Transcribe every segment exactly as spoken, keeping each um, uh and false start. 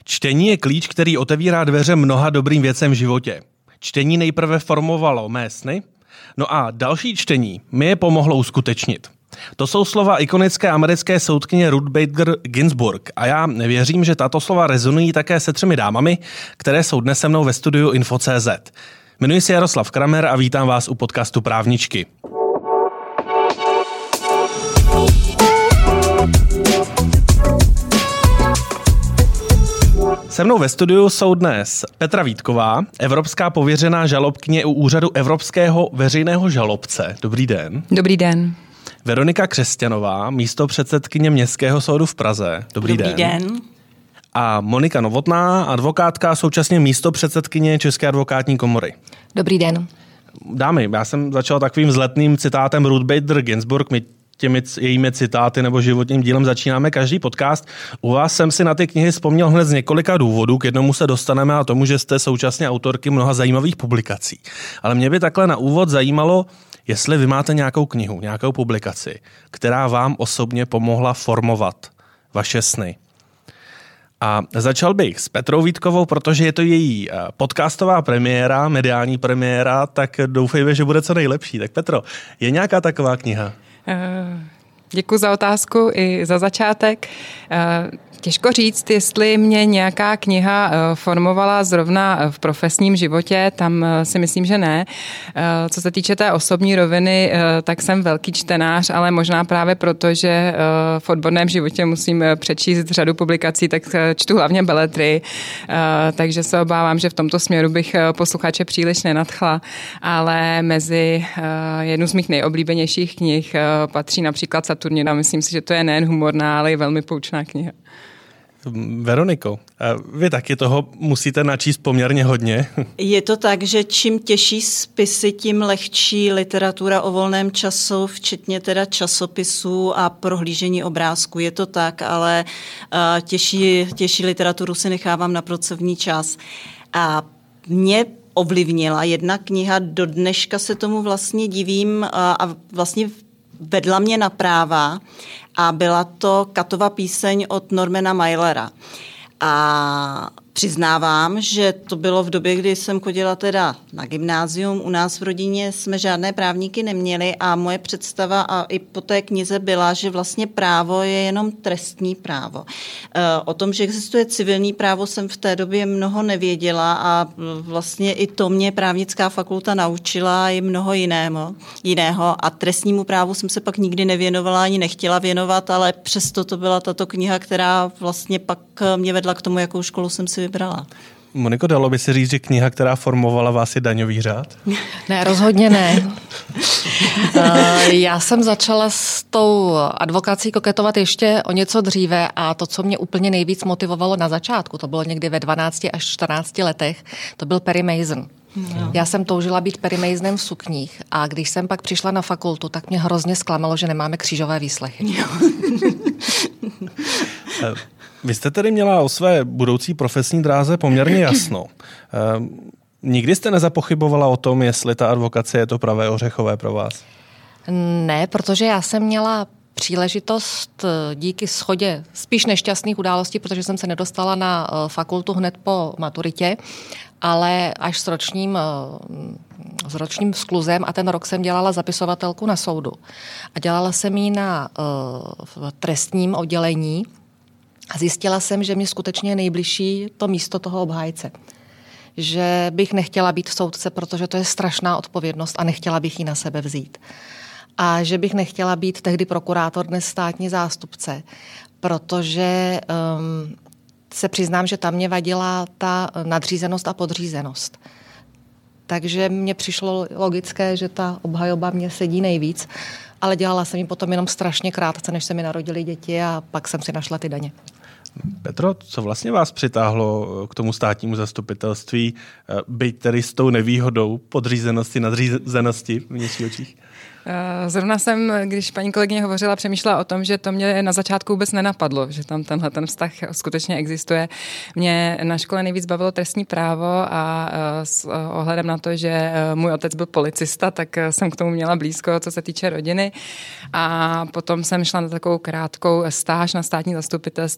Čtení je klíč, který otevírá dveře mnoha dobrým věcem v životě. Čtení nejprve formovalo mé sny, no a další čtení mi je pomohlo uskutečnit. To jsou slova ikonické americké soudkyně Ruth Bader Ginsburg a já věřím, že tato slova rezonují také se třemi dámami, které jsou dnes se mnou ve studiu Info tečka cé zet. Jmenuji se Jaroslav Kramer a vítám vás u podcastu Právničky. Se mnou ve studiu jsou dnes Petra Vítková, evropská pověřená žalobkyně u úřadu Evropského veřejného žalobce. Dobrý den. Dobrý den. Veronika Křesťanová, místopředsedkyně Městského soudu v Praze. Dobrý, Dobrý den. den. A Monika Novotná, advokátka, současně místopředsedkyně České advokátní komory. Dobrý den. Dámy, já jsem začal takovým vzletným citátem Ruth Bader Ginsburg. My těmi jejími citáty nebo životním dílem začínáme každý podcast. U vás jsem si na ty knihy vzpomněl hned z několika důvodů, k jednomu se dostaneme a tomu, že jste současně autorky mnoha zajímavých publikací. Ale mě by takhle na úvod zajímalo, jestli vy máte nějakou knihu, nějakou publikaci, která vám osobně pomohla formovat vaše sny. A začal bych s Petrou Vítkovou, protože je to její podcastová premiéra, mediální premiéra, tak doufejme, že bude co nejlepší. Tak Petro, je nějaká taková kniha? Děkuji za otázku i za začátek. Těžko říct, jestli mě nějaká kniha formovala zrovna v profesním životě, tam si myslím, že ne. Co se týče té osobní roviny, tak jsem velký čtenář, ale možná právě proto, že v odborném životě musím přečíst řadu publikací, tak čtu hlavně beletry, takže se obávám, že v tomto směru bych posluchače příliš nenadchla, ale mezi jednu z mých nejoblíbenějších knih patří například Saturnina. Myslím si, že to je nejen humorná, ale i velmi poučná kniha. Veroniko, vy taky toho musíte načíst poměrně hodně. Je to tak, že čím těžší spisy, tím lehčí literatura o volném času, včetně teda časopisů a prohlížení obrázků. Je to tak, ale těžší, těžší literaturu si nechávám na pracovní čas. A mě ovlivnila jedna kniha, do dneška se tomu vlastně divím a vlastně vedla mě na práva a byla to Katova píseň od Normana Mailera. A přiznávám, že to bylo v době, kdy jsem chodila teda na gymnázium. U nás v rodině jsme žádné právníky neměli a moje představa a i po té knize byla, že vlastně právo je jenom trestní právo. O tom, že existuje civilní právo, jsem v té době mnoho nevěděla a vlastně i to mě právnická fakulta naučila i mnoho jiného. jiného. A trestnímu právu jsem se pak nikdy nevěnovala ani nechtěla věnovat, ale přesto to byla tato kniha, která vlastně pak mě vedla k tomu, jakou školu jsem si vybrala. Moniko, dalo by se říct, že kniha, která formovala vás, je daňový řád? Ne, rozhodně ne. Já jsem začala s tou advokací koketovat ještě o něco dříve a to, co mě úplně nejvíc motivovalo na začátku, to bylo někdy ve dvanácti až čtrnácti letech, to byl Perry Mason. No. Já jsem toužila být Perry Masonem v sukních a když jsem pak přišla na fakultu, tak mě hrozně zklamalo, že nemáme křížové výslechy. Vy jste tedy měla o své budoucí profesní dráze poměrně jasno. Nikdy jste nezapochybovala o tom, jestli ta advokacie je to pravé ořechové pro vás? Ne, protože já jsem měla příležitost díky shodě spíš nešťastných událostí, protože jsem se nedostala na fakultu hned po maturitě, ale až s ročním, s ročním skluzem a ten rok jsem dělala zapisovatelku na soudu. A dělala jsem ji na v trestním oddělení a zjistila jsem, že mě skutečně je nejbližší to místo toho obhájce. Že bych nechtěla být soudce, protože to je strašná odpovědnost a nechtěla bych ji na sebe vzít. A že bych nechtěla být tehdy prokurátor, dnes státní zástupce, protože um, se přiznám, že tam mě vadila ta nadřízenost a podřízenost. Takže mně přišlo logické, že ta obhajoba mě sedí nejvíc, ale dělala jsem ji potom jenom strašně krátce, než se mi narodily děti a pak jsem si našla ty daně. Petro, co vlastně vás přitáhlo k tomu státnímu zastupitelství, byť tedy s tou nevýhodou podřízenosti, nadřízenosti v něčích očích? Zrovna jsem, když paní kolegyně hovořila, přemýšlela o tom, že to mě na začátku vůbec nenapadlo, že tam tenhle ten vztah skutečně existuje. Mě na škole nejvíc bavilo trestní právo a s ohledem na to, že můj otec byl policista, tak jsem k tomu měla blízko, co se týče rodiny. A potom jsem šla na takovou krátkou stáž na státní zastupitelství a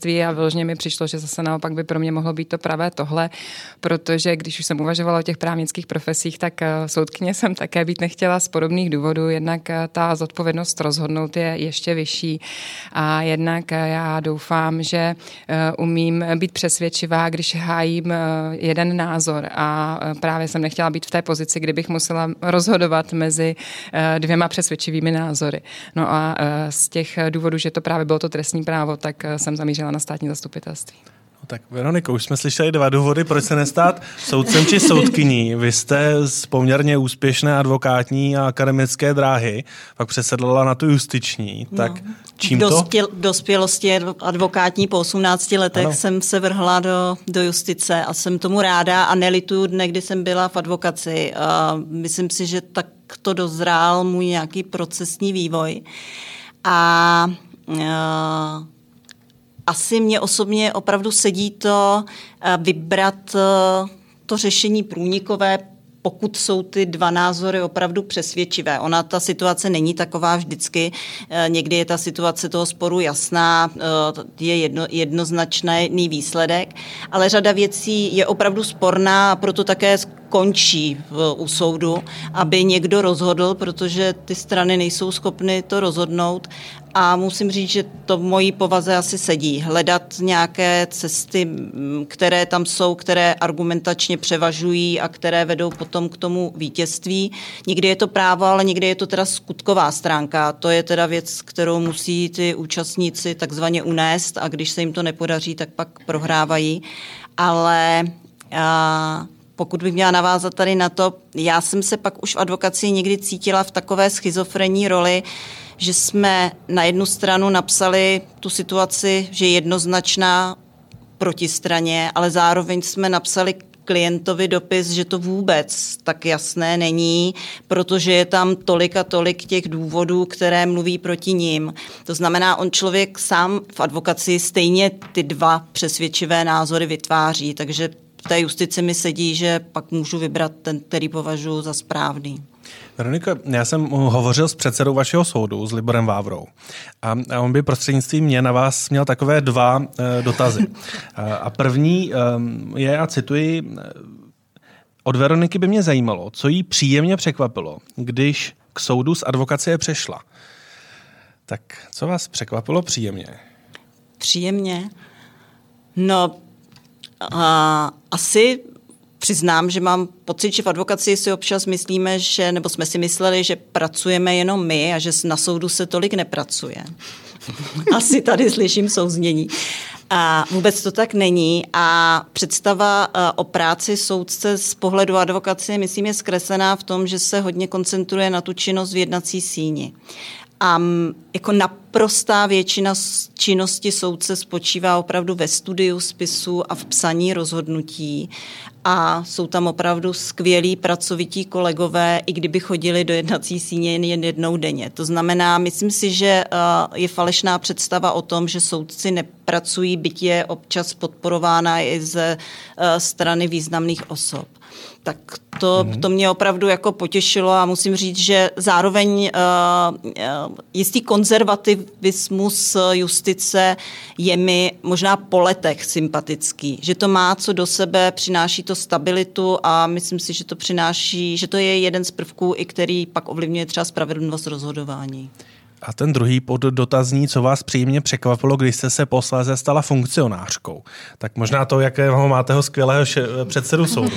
vyloženě mi přišlo, že zase naopak by pro mě mohlo být to pravé tohle, protože když už jsem uvažovala o těch právnických profesích, tak soudkyně jsem také být nechtěla z podobných důvodů, jednak ta zodpovědnost rozhodnout je ještě vyšší a jednak já doufám, že umím být přesvědčivá, když hájím jeden názor a právě jsem nechtěla být v té pozici, kdybych musela rozhodovat mezi dvěma přesvědčivými názory. No a z těch důvodů, že to právě bylo to trestní právo, tak jsem zamířila na státní zastupitelství. No tak Veroniko, už jsme slyšeli dva důvody, proč se nestát soudcem či soudkyní. Vy jste z poměrně úspěšné advokátní a akademické dráhy, pak přesedlala na tu justiční. Tak no. Čím to? Dospěl, dospělosti advokátní po osmnácti letech ano. jsem se vrhla do, do justice a jsem tomu ráda a nelituju dne, kdy jsem byla v advokaci. A myslím si, že tak to dozrál můj nějaký procesní vývoj. A... a asi mě osobně opravdu sedí to vybrat to řešení průnikové, pokud jsou ty dva názory opravdu přesvědčivé. Ona, ta situace není taková vždycky. Někdy je ta situace toho sporu jasná, je jedno, jednoznačný výsledek, ale řada věcí je opravdu sporná a proto také končí v, u soudu, aby někdo rozhodl, protože ty strany nejsou schopny to rozhodnout. A musím říct, že to v mojí povaze asi sedí. Hledat nějaké cesty, které tam jsou, které argumentačně převažují a které vedou potom k tomu vítězství. Někdy je to právo, ale někdy je to teda skutková stránka. To je teda věc, kterou musí ty účastníci takzvaně unést a když se jim to nepodaří, tak pak prohrávají. Ale a, pokud bych měla navázat tady na to, já jsem se pak už v advokacii někdy cítila v takové schizofrenní roli, že jsme na jednu stranu napsali tu situaci, že je jednoznačná proti straně, ale zároveň jsme napsali klientovi dopis, že to vůbec tak jasné není, protože je tam tolik a tolik těch důvodů, které mluví proti ním. To znamená, on člověk sám v advokaci stejně ty dva přesvědčivé názory vytváří, takže v té justici mi sedí, že pak můžu vybrat ten, který považuji za správný. Veronika, já jsem hovořil s předsedou vašeho soudu, s Liborem Vávrou. A, a on by prostřednictvím mě na vás měl takové dva e, dotazy. A, a první e, je, a cituji, od Veroniky by mě zajímalo, co jí příjemně překvapilo, když k soudu z advokacie přešla. Tak co vás překvapilo příjemně? Příjemně? No, a, asi... Přiznám, že mám pocit, že v advokacii si občas myslíme, že, nebo jsme si mysleli, že pracujeme jenom my a že na soudu se tolik nepracuje. Asi tady slyším souznění. A vůbec to tak není a představa o práci soudce z pohledu advokacie, myslím, je zkreslená v tom, že se hodně koncentruje na tu činnost v jednací síni. A jako naprostá většina činnosti soudce spočívá opravdu ve studiu spisu a v psaní rozhodnutí. A jsou tam opravdu skvělí pracovití kolegové, i kdyby chodili do jednací síně jen jednou denně. To znamená, myslím si, že je falešná představa o tom, že soudci nepracují, byť je občas podporována i ze strany významných osob. Tak to, to mě opravdu jako potěšilo a musím říct, že zároveň uh, jistý konzervativismus justice je mi možná po letech sympatický, že to má co do sebe, přináší to stabilitu a myslím si, že to přináší, že to je jeden z prvků, i který pak ovlivňuje třeba spravedlnost rozhodování. A ten druhý poddotazní, co vás příjemně překvapilo, když jste se posléze stala funkcionářkou. Tak možná to, jakého máte ho skvělého še- předsedu soudu.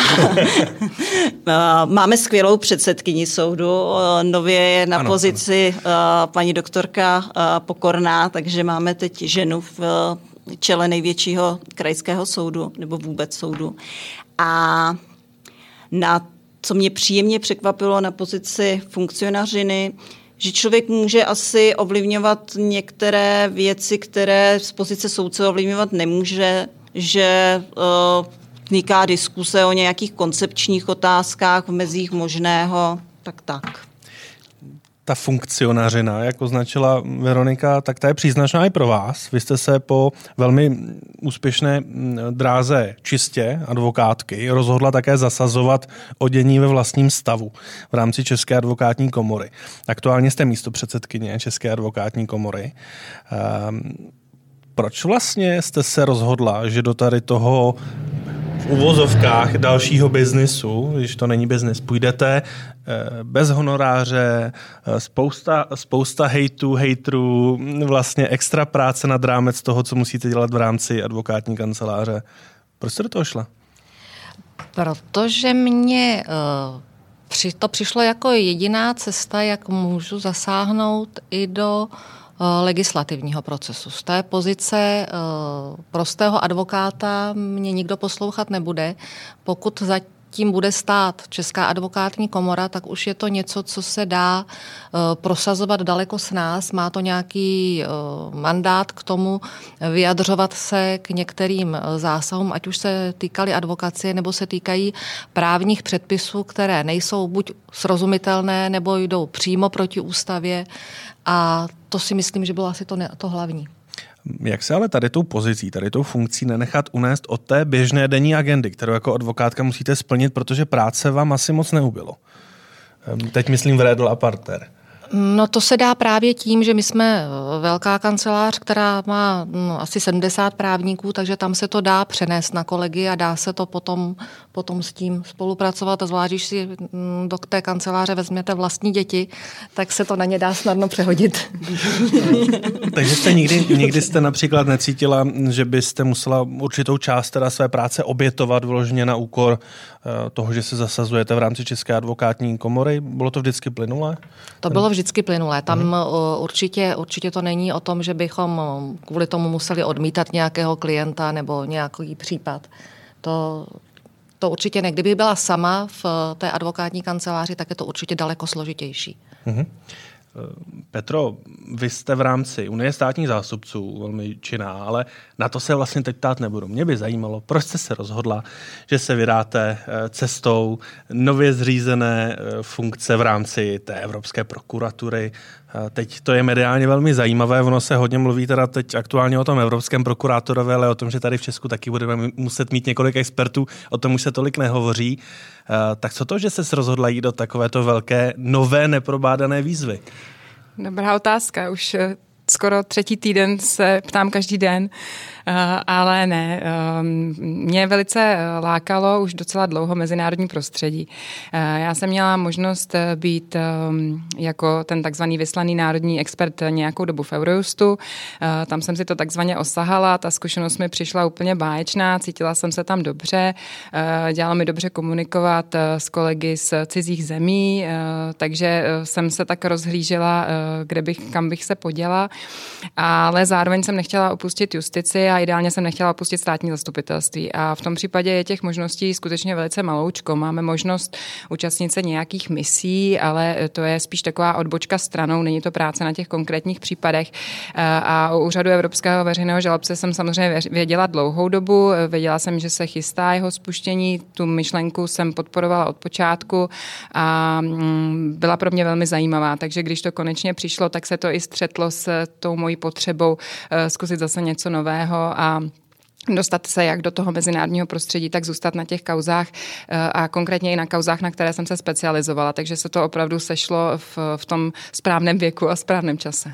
Máme skvělou předsedkyni soudu, nově je na ano, pozici ano. paní doktorka Pokorná, takže máme teď ženu v čele největšího krajského soudu, nebo vůbec soudu. A na, co mě příjemně překvapilo na pozici funkcionařiny, že člověk může asi ovlivňovat některé věci, které z pozice soudce ovlivňovat nemůže, že uh, vzniká diskuse o nějakých koncepčních otázkách v mezích možného, tak tak. Ta funkcionařina, jak označila Veronika, tak ta je příznačná i pro vás. Vy jste se po velmi úspěšné dráze čistě advokátky rozhodla také zasazovat o dění ve vlastním stavu v rámci České advokátní komory. Aktuálně jste místopředsedkyně České advokátní komory. proč vlastně jste se rozhodla, že do tady toho v uvozovkách dalšího biznisu, když to není biznis, půjdete bez honoráře, spousta, spousta hejtů, hejtrů, vlastně extra práce nad rámec toho, co musíte dělat v rámci advokátní kanceláře. Proč jste do toho šla? Protože mě uh, to přišlo jako jediná cesta, jak můžu zasáhnout i do uh, legislativního procesu. Z té pozice uh, prostého advokáta mě nikdo poslouchat nebude, pokud za tím bude stát Česká advokátní komora, tak už je to něco, co se dá uh, prosazovat daleko s nás. Má to nějaký uh, mandát k tomu vyjadřovat se k některým uh, zásahům, ať už se týkaly advokacie, nebo se týkají právních předpisů, které nejsou buď srozumitelné, nebo jdou přímo proti ústavě. A to si myslím, že bylo asi to, ne, to hlavní. Jak se ale tady tou pozicí, tady tou funkcí nenechat unést od té běžné denní agendy, kterou jako advokátka musíte splnit, protože práce vám asi moc neubylo? Teď myslím v Redl a Parter. No to se dá právě tím, že my jsme velká kancelář, která má no, asi sedmdesát právníků, takže tam se to dá přenést na kolegy a dá se to potom, potom s tím spolupracovat. A zvlášť, když si do té kanceláře vezměte vlastní děti, tak se to na ně dá snadno přehodit. Takže jste nikdy, nikdy jste například necítila, že byste musela určitou část teda své práce obětovat vloženě na úkor toho, že se zasazujete v rámci České advokátní komory? Bylo to vždycky plynulé? To bylo vždycky plynulé. Tam hmm. určitě, určitě to není o tom, že bychom kvůli tomu museli odmítat nějakého klienta nebo nějaký případ. To, to určitě ne. Kdyby byla sama v té advokátní kanceláři, tak je to určitě daleko složitější. Hmm. Petro, vy jste v rámci Unie státních zástupců velmi činná, ale na to se vlastně teď ptát nebudu. Mě by zajímalo, proč jste se rozhodla, že se vydáte cestou nově zřízené funkce v rámci té Evropské prokuratury. Teď to je mediálně velmi zajímavé, ono se hodně mluví teda teď aktuálně o tom evropském prokurátorovi, ale o tom, že tady v Česku taky budeme muset mít několik expertů, o tom už se tolik nehovoří. Tak co to, že se rozhodla jít do takovéto velké, nové, neprobádané výzvy? Dobrá otázka, už skoro třetí týden se ptám každý den, ale ne. Mě velice lákalo už docela dlouho mezinárodní prostředí. Já jsem měla možnost být jako ten takzvaný vyslaný národní expert nějakou dobu v Eurojustu. Tam jsem si to takzvaně osahala, ta zkušenost mi přišla úplně báječná, cítila jsem se tam dobře, dělalo mi dobře komunikovat s kolegy z cizích zemí, takže jsem se tak rozhlížela, kde bych, kam bych se poděla, ale zároveň jsem nechtěla opustit justici a ideálně jsem nechtěla opustit státní zastupitelství. A v tom případě je těch možností skutečně velice maloučko. Máme možnost účastnit se nějakých misí, ale to je spíš taková odbočka stranou, není to práce na těch konkrétních případech. A u úřadu Evropského veřejného žalobce jsem samozřejmě věděla dlouhou dobu, věděla jsem, že se chystá jeho spuštění, tu myšlenku jsem podporovala od počátku a byla pro mě velmi zajímavá. Takže když to konečně přišlo, tak se to i střetlo s tou mojí potřebou zkusit zase něco nového a dostat se jak do toho mezinárodního prostředí, tak zůstat na těch kauzách a konkrétně i na kauzách, na které jsem se specializovala. Takže se to opravdu sešlo v, v tom správném věku a správném čase.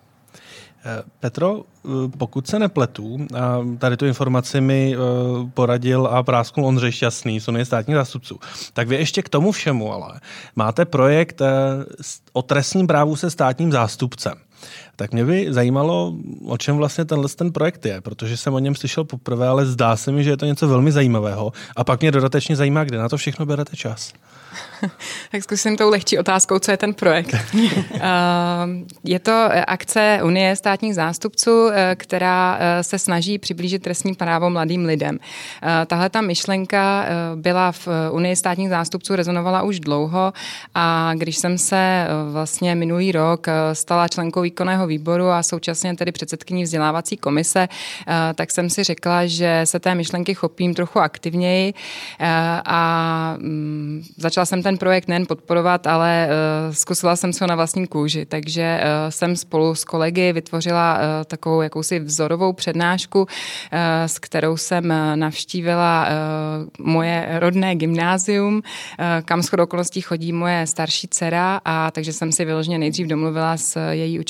Petro, pokud se nepletu, a tady tu informaci mi poradil a prásknul Ondřej Šťastný z Unie státních zástupců, tak vy ještě k tomu všemu ale máte projekt o trestním právu se státním zástupcem. Tak mě by zajímalo, o čem vlastně tenhle ten projekt je, protože jsem o něm slyšel poprvé, ale zdá se mi, že je to něco velmi zajímavého. A pak mě dodatečně zajímá, kde na to všechno berete čas. Tak zkusím tou lehčí otázkou, co je ten projekt. Je to akce Unie státních zástupců, která se snaží přiblížit trestní právo mladým lidem. Tahle ta myšlenka byla v Unii státních zástupců, rezonovala už dlouho a když jsem se vlastně minulý rok stala členkou výkonného výboru a současně tedy předsedkyní vzdělávací komise, tak jsem si řekla, že se té myšlenky chopím trochu aktivněji a začala jsem ten projekt nejen podporovat, ale uh, zkusila jsem se ho na vlastní kůži, takže uh, jsem spolu s kolegy vytvořila uh, takovou jakousi vzorovou přednášku, uh, s kterou jsem uh, navštívila uh, moje rodné gymnázium, uh, kam shodou okolností chodí moje starší dcera, a takže jsem si vyloženě nejdřív domluvila s její učitelkou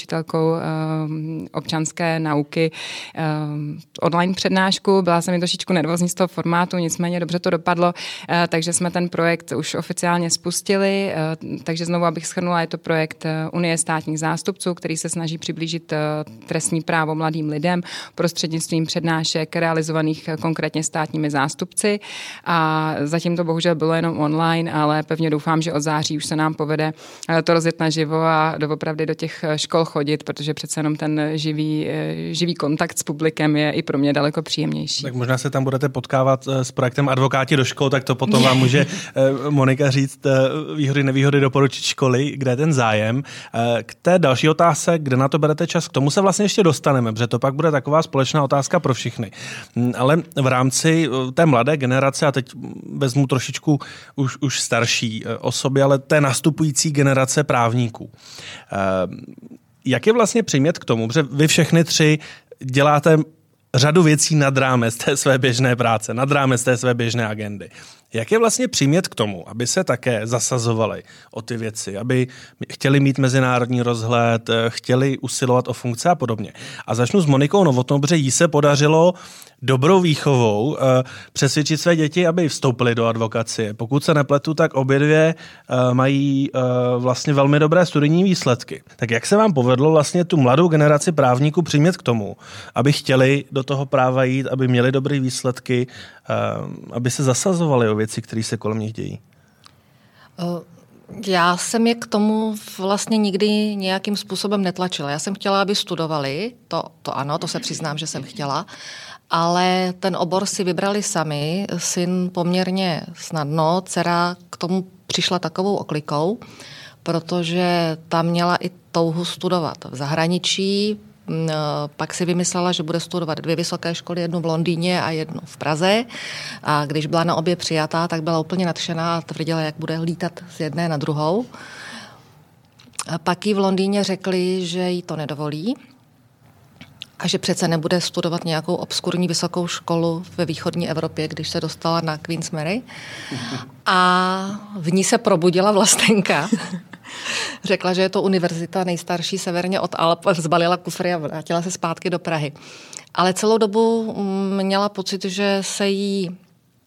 občanské nauky online přednášku. Byla jsem mi trošičku nervózní z toho formátu, nicméně dobře to dopadlo, takže jsme ten projekt už oficiálně spustili. Takže znovu, abych shrnula, je to projekt Unie státních zástupců, který se snaží přiblížit trestní právo mladým lidem prostřednictvím přednášek realizovaných konkrétně státními zástupci. A zatím to bohužel bylo jenom online, ale pevně doufám, že od září už se nám povede to rozjet naživo a doopravdy do těch škol chodit, protože přece jenom ten živý, živý kontakt s publikem je i pro mě daleko příjemnější. Tak možná se tam budete potkávat s projektem Advokáti do škol, tak to potom vám může Monika říct výhody, nevýhody, doporučit školy, kde je ten zájem. K té další otázce, kde na to berete čas, k tomu se vlastně ještě dostaneme, protože to pak bude taková společná otázka pro všechny. Ale v rámci té mladé generace, a teď vezmu trošičku už, už starší osoby, ale té nastupující generace právníků. Jak je vlastně přimět k tomu, že vy všechny tři děláte řadu věcí nad rámec té své běžné práce, nad rámec té své běžné agendy. Jak je vlastně přimět k tomu, aby se také zasazovali o ty věci, aby chtěli mít mezinárodní rozhled, chtěli usilovat o funkce a podobně. A začnu s Monikou Novotnou, protože jí se podařilo dobrou výchovou přesvědčit své děti, aby vstoupily do advokacie. Pokud se nepletu, tak obě dvě mají vlastně velmi dobré studijní výsledky. Tak jak se vám povedlo vlastně tu mladou generaci právníků přimět k tomu, aby chtěli do toho práva jít, aby měli dobré výsledky, aby se zasazovali o věci, které se kolem nich dějí? Já jsem je k tomu vlastně nikdy nějakým způsobem netlačila. Já jsem chtěla, aby studovali, to, to ano, to se přiznám, že jsem chtěla, ale ten obor si vybrali sami, syn poměrně snadno, dcera k tomu přišla takovou oklikou, protože tam měla i touhu studovat v zahraničí. Pak si vymyslela, že bude studovat dvě vysoké školy, jednu v Londýně a jednu v Praze. A když byla na obě přijatá, tak byla úplně nadšená a tvrdila, jak bude lítat z jedné na druhou. A pak jí v Londýně řekli, že jí to nedovolí a že přece nebude studovat nějakou obskurní vysokou školu ve východní Evropě, když se dostala na Queen's Mary. A v ní se probudila vlastenka. Řekla, že je to univerzita nejstarší severně od Alp, zbalila kufry a vrátila se zpátky do Prahy. Ale celou dobu měla pocit, že se jí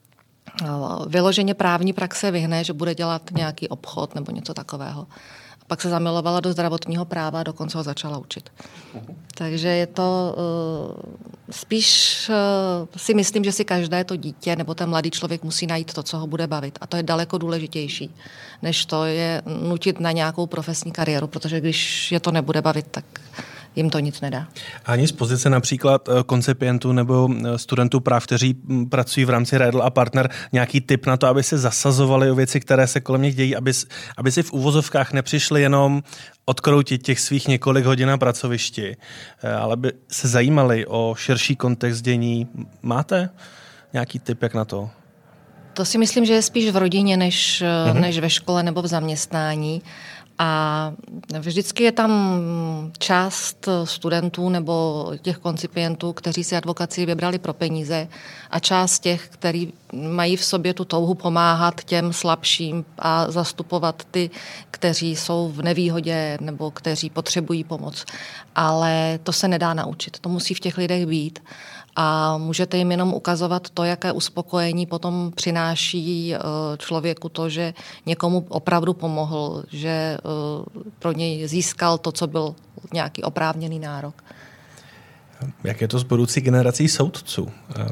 vyloženě právní praxe vyhne, že bude dělat nějaký obchod nebo něco takového. Pak se zamilovala do zdravotního práva a dokonce ho začala učit. Uh-huh. Takže je to uh, spíš uh, si myslím, že si každé to dítě nebo ten mladý člověk musí najít to, co ho bude bavit. A to je daleko důležitější, než to je nutit na nějakou profesní kariéru, protože když je to nebude bavit, tak jim to nic nedá. Ani z pozice například koncipientů nebo studentů práv, kteří pracují v rámci Redl a Partner, nějaký tip na to, aby se zasazovali o věci, které se kolem nich dějí, aby, aby si v uvozovkách nepřišli jenom odkroutit těch svých několik hodin na pracovišti, ale by se zajímali o širší kontext dění. Máte nějaký tip, jak na to? To si myslím, že je spíš v rodině, než, mm-hmm. než ve škole nebo v zaměstnání. A vždycky je tam část studentů nebo těch koncipientů, kteří si advokaci vybrali pro peníze a část těch, kteří mají v sobě tu touhu pomáhat těm slabším a zastupovat ty, kteří jsou v nevýhodě nebo kteří potřebují pomoc. Ale to se nedá naučit. To musí v těch lidech být. A můžete jim jenom ukazovat to, jaké uspokojení potom přináší člověku to, že někomu opravdu pomohl, že pro něj získal to, co byl nějaký oprávněný nárok. Jak je to s budoucí generací soudců?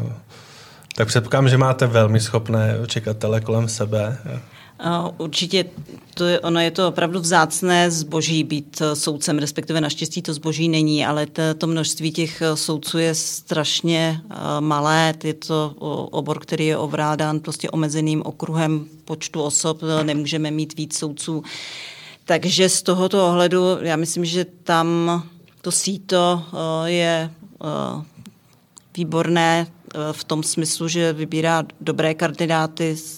Tak předpokládám, že máte velmi schopné čekatele kolem sebe. Určitě to je, ono je to opravdu vzácné zboží být soudcem, respektive naštěstí to zboží není, ale to, to množství těch soudců je strašně malé. Je to obor, který je ovládán prostě omezeným okruhem počtu osob, nemůžeme mít víc soudců. Takže z tohoto ohledu já myslím, že tam to síto je výborné v tom smyslu, že vybírá dobré kandidáty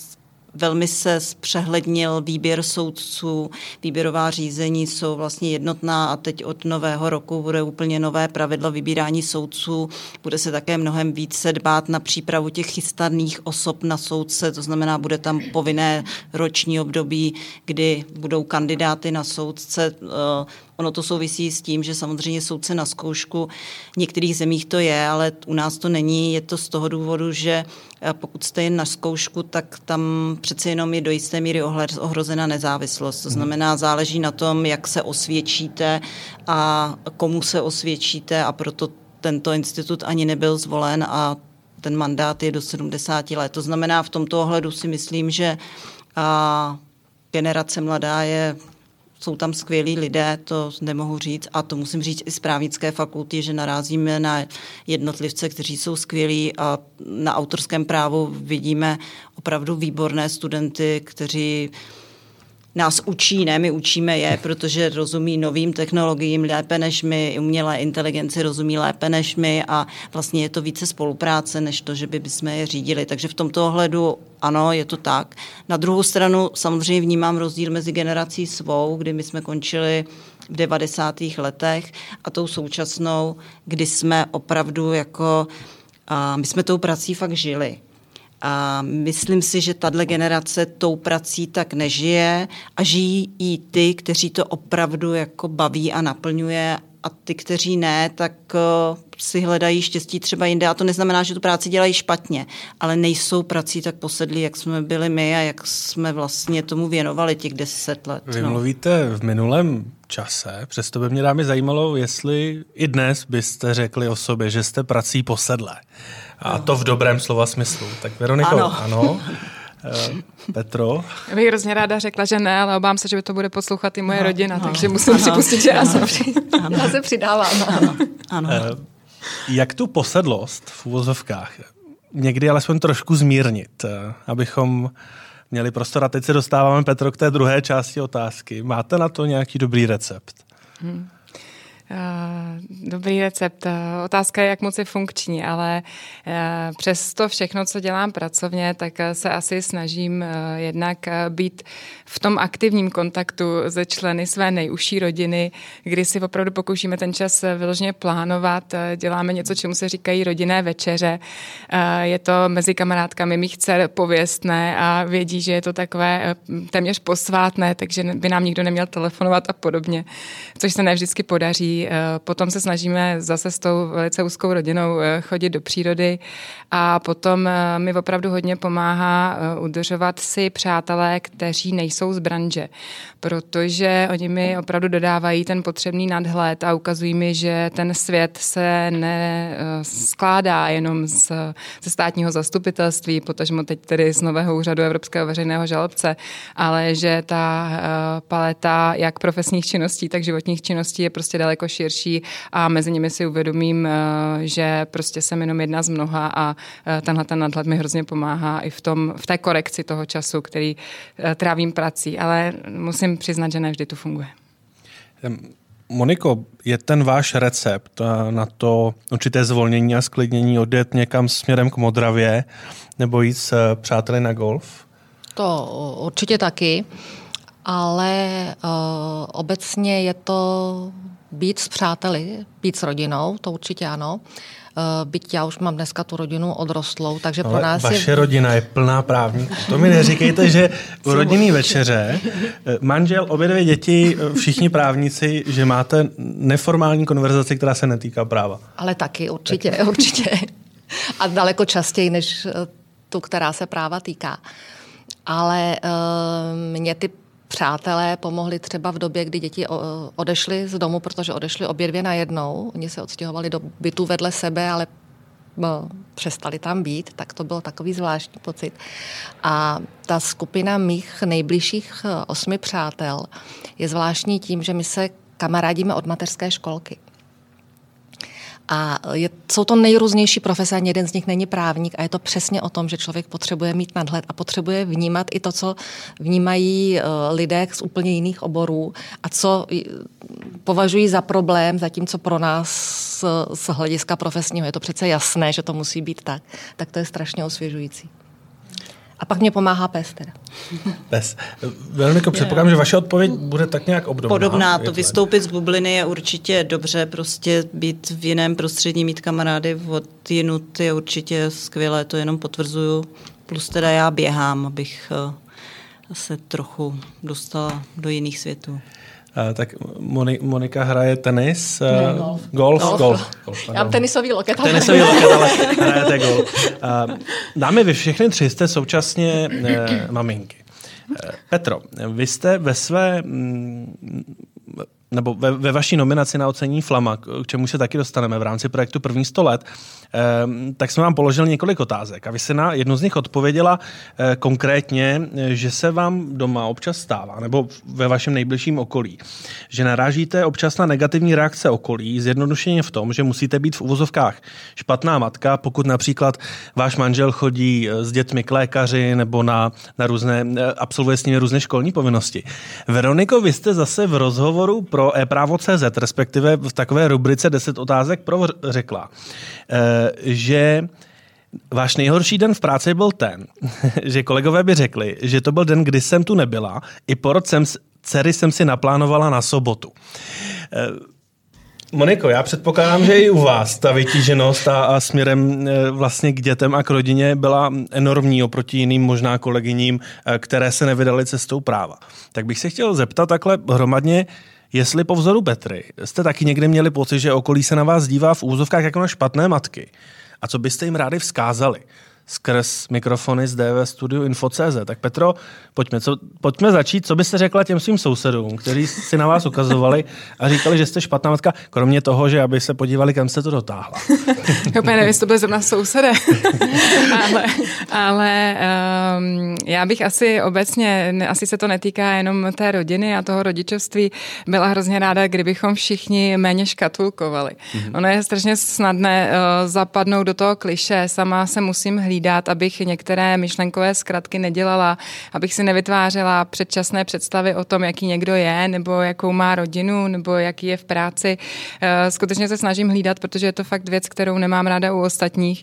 velmi se zpřehlednil výběr soudců, výběrová řízení jsou vlastně jednotná a teď od nového roku bude úplně nové pravidlo vybírání soudců. Bude se také mnohem více dbát na přípravu těch chystaných osob na soudce, to znamená, bude tam povinné roční období, kdy budou kandidáty na soudce. Ono to souvisí s tím, že samozřejmě soudce na zkoušku v některých zemích to je, ale u nás to není. Je to z toho důvodu, že pokud jste jen na zkoušku, tak tam přece jenom je do jisté míry ohrozena nezávislost. To znamená, záleží na tom, jak se osvědčíte a komu se osvědčíte a proto tento institut ani nebyl zvolen a ten mandát je do sedmdesáti let. To znamená, v tomto ohledu si myslím, že a, generace mladá je jsou tam skvělí lidé, to nemohu říct a to musím říct i z právnické fakulty, že narazíme na jednotlivce, kteří jsou skvělí a na autorském právu vidíme opravdu výborné studenty, kteří nás učí, ne, my učíme je, protože rozumí novým technologiím lépe než my, umělé inteligenci rozumí lépe než my a vlastně je to více spolupráce, než to, že by bychom je řídili. Takže v tomto ohledu ano, je to tak. Na druhou stranu samozřejmě vnímám rozdíl mezi generací svou, kdy my jsme končili v devadesátých letech a tou současnou, kdy jsme opravdu jako, a my jsme tou prací fakt žili. A myslím si, že tato generace tou prací tak nežije a žijí i ty, kteří to opravdu jako baví a naplňuje a ty, kteří ne, tak uh, si hledají štěstí třeba jinde. A to neznamená, že tu práci dělají špatně, ale nejsou prací tak posedlí, jak jsme byli my a jak jsme vlastně tomu věnovali těch deset let. Vy no. mluvíte v minulém čase, přesto by mě dámy zajímalo, jestli i dnes byste řekli o sobě, že jste prací posedlé. A to v dobrém slova smyslu. Tak Veroniko, ano. ano. Petro? Já bych hrozně ráda řekla, že ne, ale obávám se, že by to bude poslouchat i moje ano, rodina, ano, takže musím ano, připustit, že já, ano, se, ano, já se přidávám. Ano, ano. Jak tu posedlost v uvozovkách někdy alespoň trošku zmírnit, abychom měli prostor, a teď se dostáváme, Petro, k té druhé části otázky. Máte na to nějaký dobrý recept? Hmm. Dobrý recept. Otázka je, jak moc je funkční, ale přes to všechno, co dělám pracovně, tak se asi snažím jednak být v tom aktivním kontaktu se členy své nejužší rodiny, kdy si opravdu pokoušíme ten čas vyloženě plánovat. Děláme něco, čemu se říkají rodinné večeře. Je to mezi kamarádkami mých dcer pověstné a vědí, že je to takové téměř posvátné, takže by nám nikdo neměl telefonovat a podobně, což se ne vždycky podaří. Potom se snažíme zase s tou velice úzkou rodinou chodit do přírody a potom mi opravdu hodně pomáhá udržovat si přátelé, kteří nejsou z branže, protože oni mi opravdu dodávají ten potřebný nadhled a ukazují mi, že ten svět se neskládá jenom z, ze státního zastupitelství, potažmo teď tedy z nového úřadu Evropského veřejného žalobce, ale že ta paleta jak profesních činností, tak životních činností je prostě daleko širší a mezi nimi si uvědomím, že prostě jsem jenom jedna z mnoha a tenhle ten nadhled mi hrozně pomáhá i v, tom, v té korekci toho času, který trávím prací, ale musím přiznat, že ne vždy to funguje. Moniko, je ten váš recept na to určité zvolnění a sklidnění odjet někam směrem k Modravě nebo jít s přáteli na golf? To určitě taky, ale uh, obecně je to být s přáteli, být s rodinou, to určitě ano. Byť já už mám dneska tu rodinu odrostlou, takže ale pro nás vaše je... rodina je plná právníků. To mi neříkejte, že u rodinný večeře, manžel, obě dvě děti, všichni právníci, že máte neformální konverzaci, která se netýká práva. Ale taky, určitě, taky. určitě. A daleko častěji, než tu, která se práva týká. Ale uh, mě ty přátelé pomohli třeba v době, kdy děti odešly z domu, protože odešly obě dvě najednou. Oni se odstěhovali do bytu vedle sebe, ale přestali tam být, tak to byl takový zvláštní pocit. A ta skupina mých nejbližších osmi přátel je zvláštní tím, že my se kamarádíme od mateřské školky. A je, jsou to nejrůznější profese, ani jeden z nich není právník a je to přesně o tom, že člověk potřebuje mít nadhled a potřebuje vnímat i to, co vnímají lidé z úplně jiných oborů a co považují za problém, zatímco pro nás z, z hlediska profesního je to přece jasné, že to musí být tak, tak to je strašně osvěžující. A pak mě pomáhá pes teda. Pes. Veroniko, předpokládám, že vaše odpověď bude tak nějak obdobná. Podobná. To vystoupit z bubliny je určitě dobře, prostě být v jiném prostředí, mít kamarády od jinut je určitě skvělé, to jenom potvrzuju. Plus teda já běhám, abych se trochu dostala do jiných světů. Uh, tak Moni- Monika hraje tenis, uh, golf. golf, golf. golf. golf Já mám tenisový loket. Tenisový loket, ale hrajete golf. Uh, dámy, vy všechny tři jste současně uh, maminky. Uh, Petro, vy jste ve své, mm, nebo ve, ve vaší nominaci na ocenění Flama, k čemu se taky dostaneme v rámci projektu První sto let, eh, tak jsem vám položil několik otázek a vy se na jednu z nich odpověděla eh, konkrétně, že se vám doma občas stává, nebo ve vašem nejbližším okolí, že narážíte občas na negativní reakce okolí, zjednodušeně v tom, že musíte být v uvozovkách špatná matka, pokud například váš manžel chodí s dětmi k lékaři nebo na, na různé, absolvuje s nimi různé školní povinnosti. Veroniko, vy jste zase v rozhovoru pro ePrávo tečka cé zet, respektive v takové rubrice deset otázek pro řekla, že váš nejhorší den v práci byl ten, že kolegové by řekli, že to byl den, kdy jsem tu nebyla, i porod jsem, dcery jsem si naplánovala na sobotu. Moniko, já předpokládám, že i u vás ta vytíženost a, a směrem e, vlastně k dětem a k rodině byla enormní oproti jiným možná kolegyním, e, které se nevydaly cestou práva. Tak bych se chtěl zeptat takhle hromadně, jestli po vzoru Petry jste taky někdy měli pocit, že okolí se na vás dívá v úzovkách jako na špatné matky. A co byste jim rádi vzkázali skrz mikrofony z D V Studio Info tečka cé zet. Tak Petro, pojďme, co, pojďme začít. Co byste řekla těm svým sousedům, kteří si na vás ukazovali a říkali, že jste špatná matka, kromě toho, že aby se podívali, kam jste to dotáhla. Úplně nevím, jestli to byly zrovna sousede. ale ale um, já bych asi obecně, asi se to netýká jenom té rodiny a toho rodičovství, byla hrozně ráda, kdybychom všichni méně škatulkovali. Mm-hmm. Ono je strašně snadné uh, zapadnout do toho klišé. Sama se musím hlídat, abych některé myšlenkové zkratky nedělala, abych si nevytvářela předčasné představy o tom, jaký někdo je, nebo jakou má rodinu, nebo jaký je v práci. Skutečně se snažím hlídat, protože je to fakt věc, kterou nemám ráda u ostatních.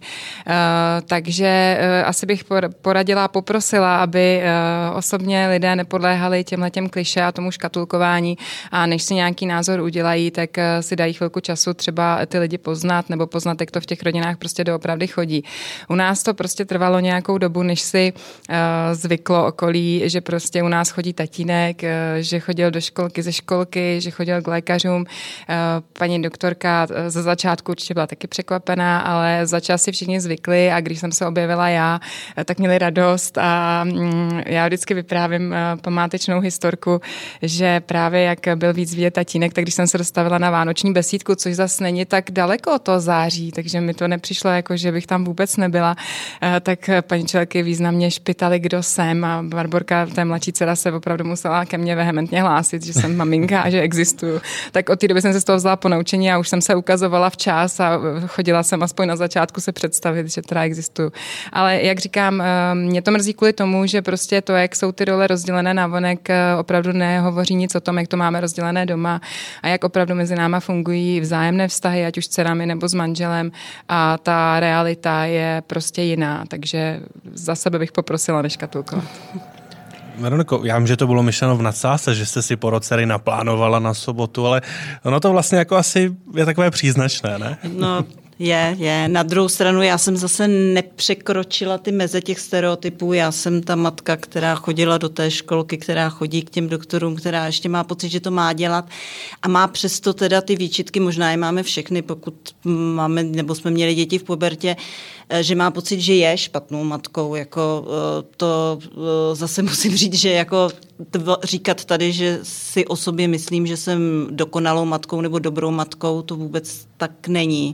Takže asi bych poradila a poprosila, aby osobně lidé nepodléhali těmhletěm klišé a tomu škatulkování a než si nějaký názor udělají, tak si dají chvilku času třeba ty lidi poznat, nebo poznat, jak to v těch rodinách prostě doopravdy chodí. U nás to prostě trvalo nějakou dobu, než si uh, zvyklo okolí, že prostě u nás chodí tatínek, uh, že chodil do školky ze školky, že chodil k lékařům. Uh, paní doktorka uh, ze začátku určitě byla taky překvapená, ale za čas si všichni zvykli a když jsem se objevila já, uh, tak měli radost a um, já vždycky vyprávím uh, památečnou historku, že právě jak byl víc vidět tatínek, tak když jsem se dostavila na vánoční besídku, což zase není tak daleko od toho září, takže mi to nepřišlo jako, že bych tam vůbec nebyla, tak paní čelky významně špitali, kdo jsem a Barborka, ta mladší dcera, se opravdu musela ke mně vehementně hlásit, že jsem maminka a že existuju. Tak od té doby jsem se z toho vzala ponaučení a už jsem se ukazovala včas a chodila jsem aspoň na začátku se představit, že teda existuju. Ale jak říkám, mě to mrzí kvůli tomu, že prostě to, jak jsou ty role rozdělené navenek, opravdu nehovoří nic o tom, jak to máme rozdělené doma a jak opravdu mezi náma fungují vzájemné vztahy, ať už s dcerami nebo s manželem a ta realita je prostě jiná, takže za sebe bych poprosila neškatulkovat. Veroniko, já vím, že to bylo myšleno v nadsázce, že jste si porod dcery naplánovala na sobotu, ale ono to vlastně jako asi je takové příznačné, ne? No, je, je. Na druhou stranu já jsem zase nepřekročila ty meze těch stereotypů. Já jsem ta matka, která chodila do té školky, která chodí k těm doktorům, která ještě má pocit, že to má dělat a má přesto teda ty výčitky, možná je máme všechny, pokud máme, nebo jsme měli děti v pubertě, že má pocit, že je špatnou matkou. Jako to zase musím říct, že jako říkat tady, že si o sobě myslím, že jsem dokonalou matkou nebo dobrou matkou, to vůbec tak není.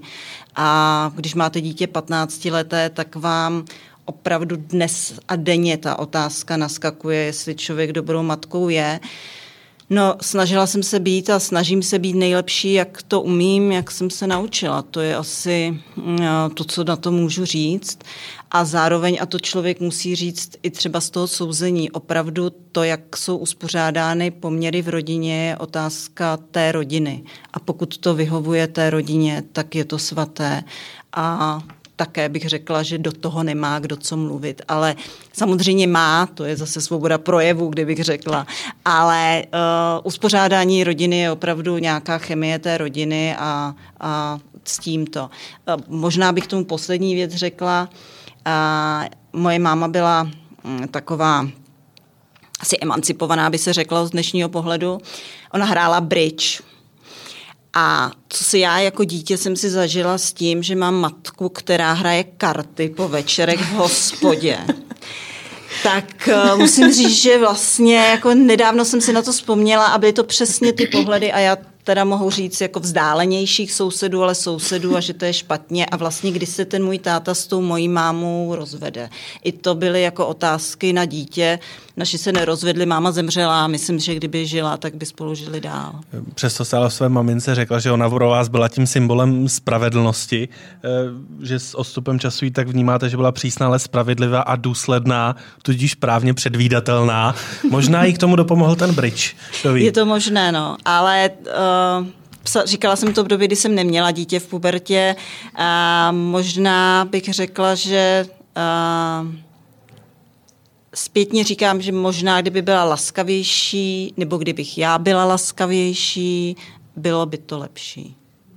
A když máte dítě patnáctileté, tak vám opravdu dnes a denně ta otázka naskakuje, jestli člověk dobrou matkou je. No, snažila jsem se být a snažím se být nejlepší, jak to umím, jak jsem se naučila. To je asi to, co na to můžu říct. A zároveň, a to člověk musí říct i třeba z toho souzení, opravdu to, jak jsou uspořádány poměry v rodině, je otázka té rodiny. A pokud to vyhovuje té rodině, tak je to svaté. A také bych řekla, že do toho nemá kdo co mluvit, ale samozřejmě má, to je zase svoboda projevu, kdybych řekla, ale uh, uspořádání rodiny je opravdu nějaká chemie té rodiny a, a s tímto. Uh, možná bych tomu poslední věc řekla, uh, moje máma byla um, taková asi emancipovaná, by se řekla z dnešního pohledu. Ona hrála bridge. A co si já jako dítě jsem si zažila s tím, že mám matku, která hraje karty po večerech v hospodě. Tak uh, musím říct, že vlastně jako nedávno jsem si na to vzpomněla a byly to přesně ty pohledy a já teda mohu říct jako vzdálenějších sousedů, ale sousedů a že to je špatně a vlastně když se ten můj táta s tou mojí mámou rozvede. I to byly jako otázky na dítě. Naši se nerozvedli, máma zemřela a myslím, že kdyby žila, tak by spolu žili dál. Přesto stále své mamince řekla, že ona pro vás byla tím symbolem spravedlnosti, že s odstupem času ji tak vnímáte, že byla přísná, ale spravedlivá a důsledná, tudíž právně předvídatelná. Možná jí k tomu dopomohl ten bridge. Je to možné, no, ale uh, říkala jsem to v době, kdy jsem neměla dítě v pubertě a možná bych řekla, že uh, zpětně říkám, že možná kdyby byla laskavější, nebo kdybych já byla laskavější, bylo by to lepší.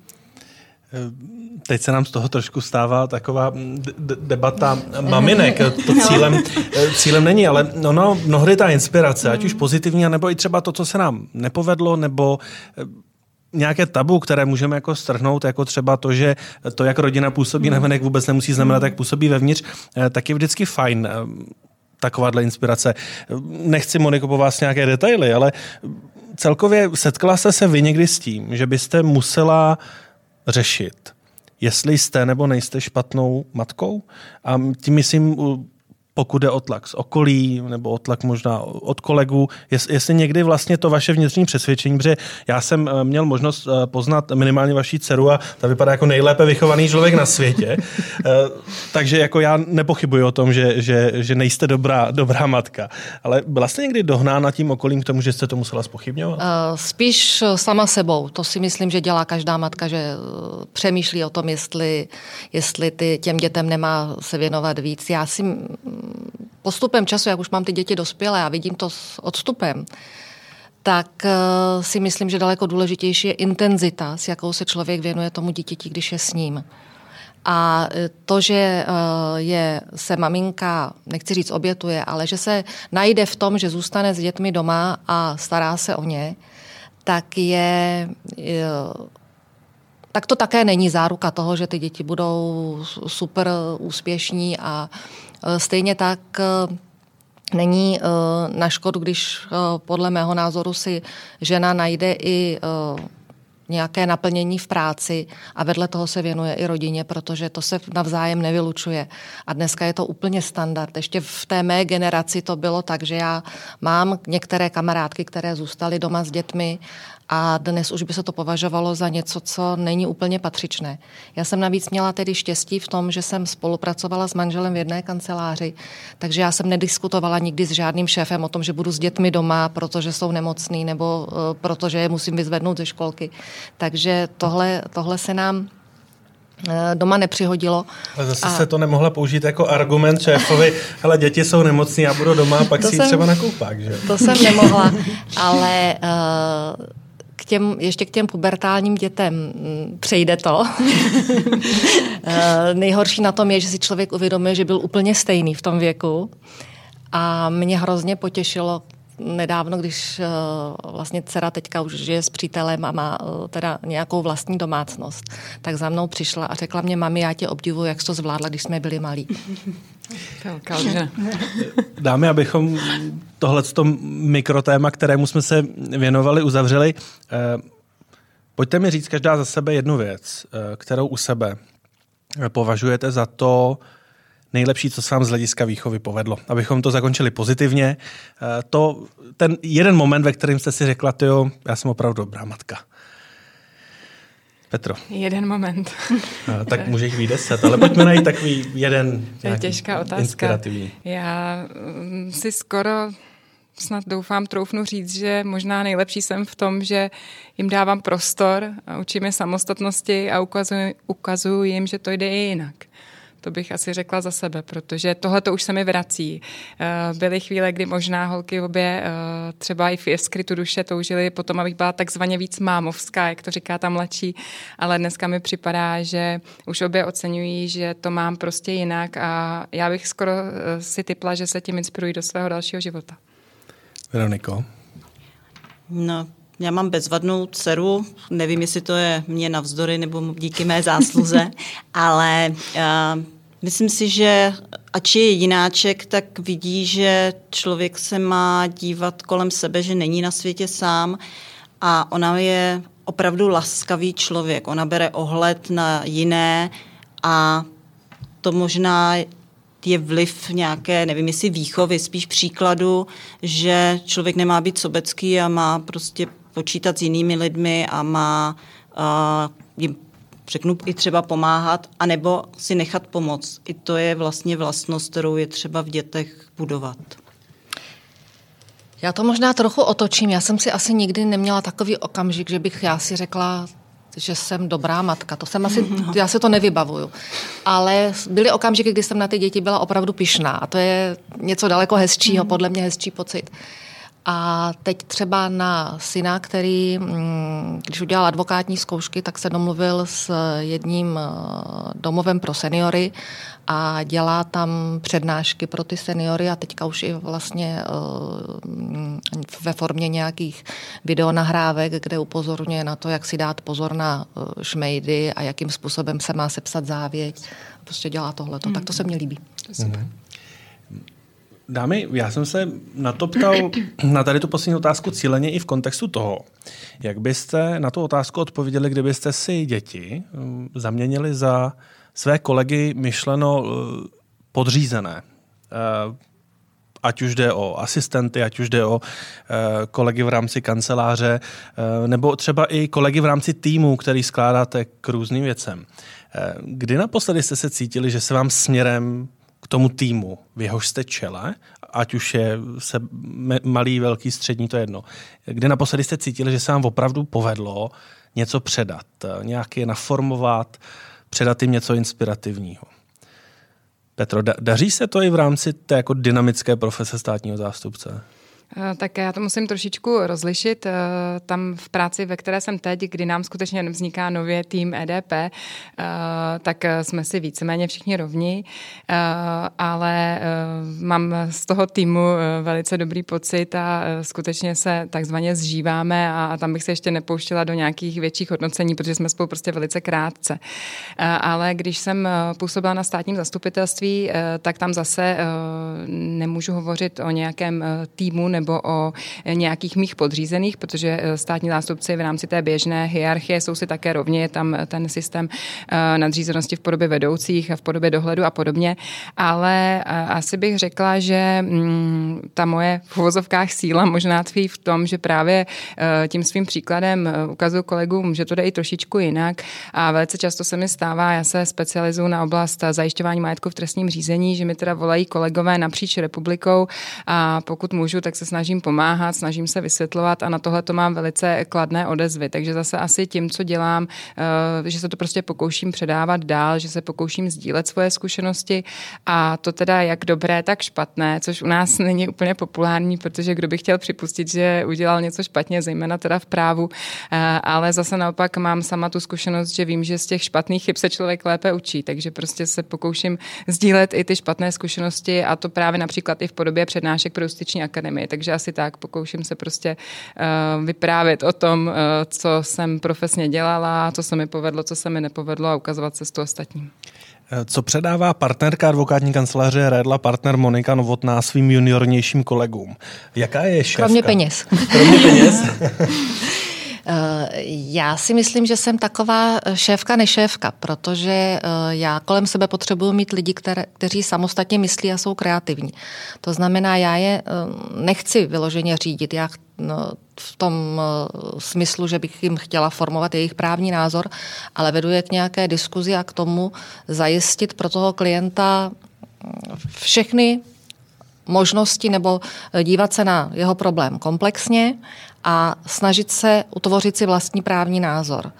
Teď se nám z toho trošku stává taková d- debata maminek. To cílem, cílem není, ale ono, mnohdy ta inspirace, ať už pozitivní, nebo i třeba to, co se nám nepovedlo, nebo nějaké tabu, které můžeme jako strhnout, jako třeba to, že to, jak rodina působí navenek, vůbec nemusí znamenat, jak působí vevnitř, tak je vždycky fajn takováhle inspirace. Nechci, Moniko, po vás nějaké detaily, ale celkově setkala jste se vy někdy s tím, že byste musela řešit, jestli jste nebo nejste špatnou matkou? A tím myslím, pokud jde o tlak z okolí, nebo o tlak možná od kolegů, jestli někdy vlastně to vaše vnitřní přesvědčení, protože já jsem měl možnost poznat minimálně vaší dceru a ta vypadá jako nejlépe vychovaný člověk na světě, takže jako já nepochybuji o tom, že, že, že nejste dobrá, dobrá matka, ale byla jste někdy dohnána tím okolím k tomu, že jste to musela zpochybňovat? Spíš sama sebou, to si myslím, že dělá každá matka, že přemýšlí o tom, jestli, jestli ty, těm dětem nemá se věnovat víc. Já si postupem času, jak už mám ty děti dospělé a vidím to s odstupem, tak uh, si myslím, že daleko důležitější je intenzita, s jakou se člověk věnuje tomu dítěti, když je s ním. A to, že uh, je, se maminka, nechci říct obětuje, ale že se najde v tom, že zůstane s dětmi doma a stará se o ně, tak je... Uh, tak to také není záruka toho, že ty děti budou super úspěšní a stejně tak není na škodu, když podle mého názoru si žena najde i nějaké naplnění v práci a vedle toho se věnuje i rodině, protože to se navzájem nevylučuje. A dneska je to úplně standard. Ještě v té mé generaci to bylo tak, že já mám některé kamarádky, které zůstaly doma s dětmi a dnes už by se to považovalo za něco, co není úplně patřičné. Já jsem navíc měla tedy štěstí v tom, že jsem spolupracovala s manželem v jedné kanceláři, takže já jsem nediskutovala nikdy s žádným šéfem o tom, že budu s dětmi doma, protože jsou nemocný nebo uh, protože je musím vyzvednout ze školky. Takže tohle, tohle se nám doma nepřihodilo. Ale zase a... se to nemohla použít jako argument šéfovi, ale děti jsou nemocný, já budu doma a pak to si jsem, třeba na koupák, že? To jsem nemohla, ale uh, k těm, ještě k těm pubertálním dětem přejde to. Nejhorší na tom je, že si člověk uvědomuje, že byl úplně stejný v tom věku a mě hrozně potěšilo nedávno, když uh, vlastně dcera teďka už žije s přítelem a má uh, teda nějakou vlastní domácnost, tak za mnou přišla a řekla mě, mami, já tě obdivuji, jak jsi to zvládla, když jsme byli malí. Dámy, abychom tohleto mikrotéma, kterému jsme se věnovali, uzavřeli, uh, pojďte mi říct každá za sebe jednu věc, uh, kterou u sebe považujete za to nejlepší, co se vám z hlediska výchovy povedlo. Abychom to zakončili pozitivně. To, ten jeden moment, ve kterém jste si řekla, tyjo, já jsem opravdu dobrá matka. Petro. Jeden moment. Tak může jich být deset, ale pojďme najít takový jeden to je těžká otázka. Inspirativní. Já si skoro snad doufám, troufnu říct, že možná nejlepší jsem v tom, že jim dávám prostor, učím je samostatnosti a ukazuju, ukazuju jim, že to jde i jinak. To bych asi řekla za sebe, protože tohle to už se mi vrací. Byly chvíle, kdy možná holky obě třeba i v skrytu duše toužily potom, abych byla takzvaně víc mámovská, jak to říká ta mladší, ale dneska mi připadá, že už obě oceňují, že to mám prostě jinak a já bych skoro si tipla, že se tím inspirují do svého dalšího života. Veroniko? No, já mám bezvadnou dceru, nevím, jestli to je mě navzdory nebo díky mé zásluze, ale uh, myslím si, že ač je jináček, tak vidí, že člověk se má dívat kolem sebe, že není na světě sám a ona je opravdu laskavý člověk. Ona bere ohled na jiné a to možná je vliv nějaké, nevím, jestli výchovy, spíš příkladu, že člověk nemá být sobecký a má prostě počítat s jinými lidmi a má uh, jim, řeknu, i třeba pomáhat, anebo si nechat pomoct. I to je vlastně vlastnost, kterou je třeba v dětech budovat. Já to možná trochu otočím. Já jsem si asi nikdy neměla takový okamžik, že bych já si řekla, že jsem dobrá matka. To jsem asi, no. Já si to nevybavuju. Ale byly okamžiky, kdy jsem na ty děti byla opravdu pyšná. A to je něco daleko hezčího, mm. podle mě hezčí pocit. A teď třeba na syna, který, když udělal advokátní zkoušky, tak se domluvil s jedním domovem pro seniory a dělá tam přednášky pro ty seniory a teďka už i vlastně ve formě nějakých videonahrávek, kde upozorňuje na to, jak si dát pozor na šmejdy a jakým způsobem se má sepsat závěť. Prostě dělá tohleto. Mm. Tak to se mně líbí. Mm. Dámy, já jsem se na to ptal, na tady tu poslední otázku cíleně i v kontextu toho, jak byste na tu otázku odpověděli, kdybyste si děti zaměnili za své kolegy myšleno podřízené. Ať už jde o asistenty, ať už jde o kolegy v rámci kanceláře, nebo třeba i kolegy v rámci týmu, který skládáte k různým věcem. Kdy naposledy jste se cítili, že se vám směrem k tomu týmu, v jehož jste čele, ať už je se malý, velký, střední, to jedno. Kdy naposledy jste cítili, že se vám opravdu povedlo něco předat, nějak je naformovat, předat jim něco inspirativního. Petro, daří se to i v rámci té jako dynamické profese státního zástupce? Tak já to musím trošičku rozlišit. Tam v práci, ve které jsem teď, kdy nám skutečně vzniká nově tým E D P, tak jsme si víceméně všichni rovni, ale mám z toho týmu velice dobrý pocit a skutečně se takzvaně zžíváme a tam bych se ještě nepouštěla do nějakých větších hodnocení, protože jsme spolu prostě velice krátce. Ale když jsem působila na státním zastupitelství, tak tam zase nemůžu hovořit o nějakém týmu nebo o nějakých mých podřízených, protože státní zástupci v rámci té běžné hierarchie jsou si také rovně, je tam ten systém nadřízenosti v podobě vedoucích a v podobě dohledu a podobně, ale asi bych řekla, že ta moje v uvozovkách síla možná tkví v tom, že právě tím svým příkladem ukazuju kolegům, že to jde i trošičku jinak a velice často se mi stává, já se specializuju na oblast zajišťování majetku v trestním řízení, že mi teda volají kolegové napříč republikou a pokud můžu, tak se snažím pomáhat, snažím se vysvětlovat a na tohle to mám velice kladné odezvy. Takže zase asi tím, co dělám, že se to prostě pokouším předávat dál, že se pokouším sdílet svoje zkušenosti a to teda jak dobré, tak špatné, což u nás není úplně populární, protože kdo by chtěl připustit, že udělal něco špatně, zejména teda v právu, ale zase naopak mám sama tu zkušenost, že vím, že z těch špatných chyb se člověk lépe učí, takže prostě se pokouším sdílet i ty špatné zkušenosti a to právě například i v podobě přednášek pro Justiční akademii. Takže asi tak, pokouším se prostě uh, vyprávět o tom, uh, co jsem profesně dělala, co se mi povedlo, co se mi nepovedlo a ukazovat cestu ostatním. Co předává partnerka advokátní kanceláře Redla, partner Monika Novotná svým juniornějším kolegům? Jaká je šéfka? Kromě peněz. Kromě peněz? Já si myslím, že jsem taková šéfka nešéfka, protože já kolem sebe potřebuji mít lidi, které, kteří samostatně myslí a jsou kreativní. To znamená, já je nechci vyloženě řídit, já v tom smyslu, že bych jim chtěla formovat jejich právní názor, ale vedu je k nějaké diskuzi a k tomu zajistit pro toho klienta všechny možnosti nebo dívat se na jeho problém komplexně a snažit se utvořit si vlastní právní názor.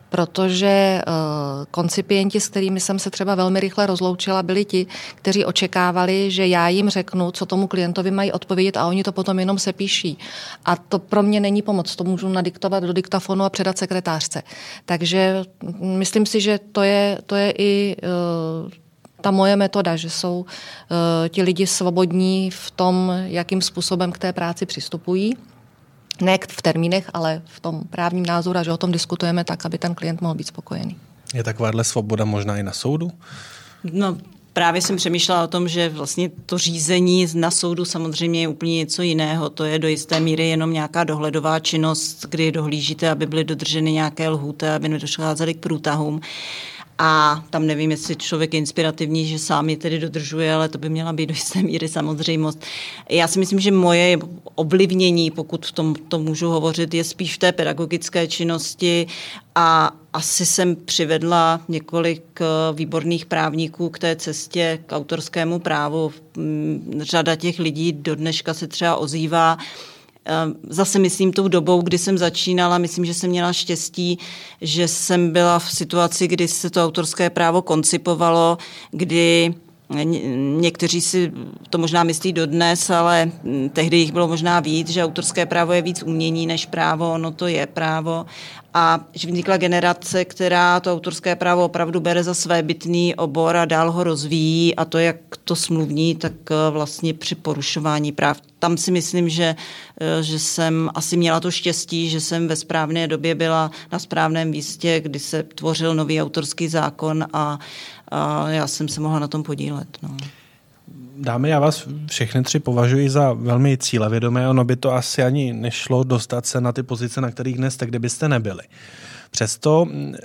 protože uh, koncipienti, s kterými jsem se třeba velmi rychle rozloučila, byli ti, kteří očekávali, že já jim řeknu, co tomu klientovi mají odpovědět a oni to potom jenom sepíší. A to pro mě není pomoc, to můžu nadiktovat do diktafonu a předat sekretářce. Takže myslím si, že to je, to je i uh, ta moje metoda, že jsou uh, ti lidi svobodní v tom, jakým způsobem k té práci přistupují. Ne v termínech, ale v tom právním názoru a že o tom diskutujeme tak, aby ten klient mohl být spokojený. Je takováhle svoboda možná i na soudu? No, právě jsem přemýšlela o tom, že vlastně to řízení na soudu samozřejmě je úplně něco jiného. To je do jisté míry jenom nějaká dohledová činnost, kdy dohlížíte, aby byly dodrženy nějaké lhůty, aby nedocházely k průtahům. A tam nevím, jestli člověk je inspirativní, že sám je tedy dodržuje, ale to by měla být do jisté míry samozřejmost. Já si myslím, že moje ovlivnění, pokud v tom to můžu hovořit, je spíš v té pedagogické činnosti a asi jsem přivedla několik výborných právníků k té cestě k autorskému právu. Řada těch lidí do dneška se třeba ozývá. Zase myslím tou dobou, kdy jsem začínala, myslím, že jsem měla štěstí, že jsem byla v situaci, kdy se to autorské právo koncipovalo, kdy někteří si to možná myslí dodnes, ale tehdy jich bylo možná víc, že autorské právo je víc umění než právo, ono to je právo. A že vznikla generace, která to autorské právo opravdu bere za svébytný obor a dál ho rozvíjí a to jak to smluvní, tak vlastně při porušování práv. Tam si myslím, že, že jsem asi měla to štěstí, že jsem ve správné době byla na správném místě, kdy se tvořil nový autorský zákon a, a já jsem se mohla na tom podílet. No. Dámy, já vás všechny tři považuji za velmi cílevědomé, ono by to asi ani nešlo dostat se na ty pozice, na kterých dnes, tak kdybyste nebyli. Přesto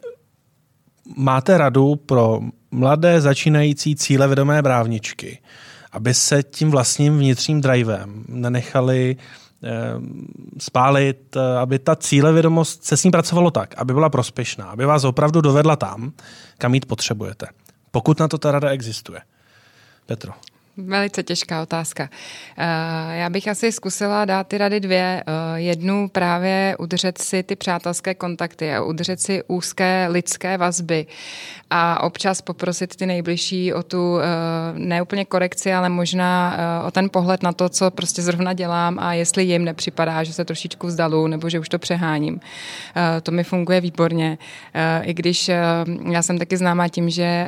máte radu pro mladé začínající cílevědomé právničky, aby se tím vlastním vnitřním drivem nenechali eh, spálit, aby ta cílevědomost se s ní pracovalo tak, aby byla prospěšná, aby vás opravdu dovedla tam, kam jít potřebujete. Pokud na to ta rada existuje. Petro. Velice těžká otázka. Já bych asi zkusila dát ty rady dvě. Jednu právě udržet si ty přátelské kontakty a udržet si úzké lidské vazby a občas poprosit ty nejbližší o tu ne úplně korekci, ale možná o ten pohled na to, co prostě zrovna dělám a jestli jim nepřipadá, že se trošičku vzdalu nebo že už to přeháním. To mi funguje výborně. I když já jsem taky známá tím, že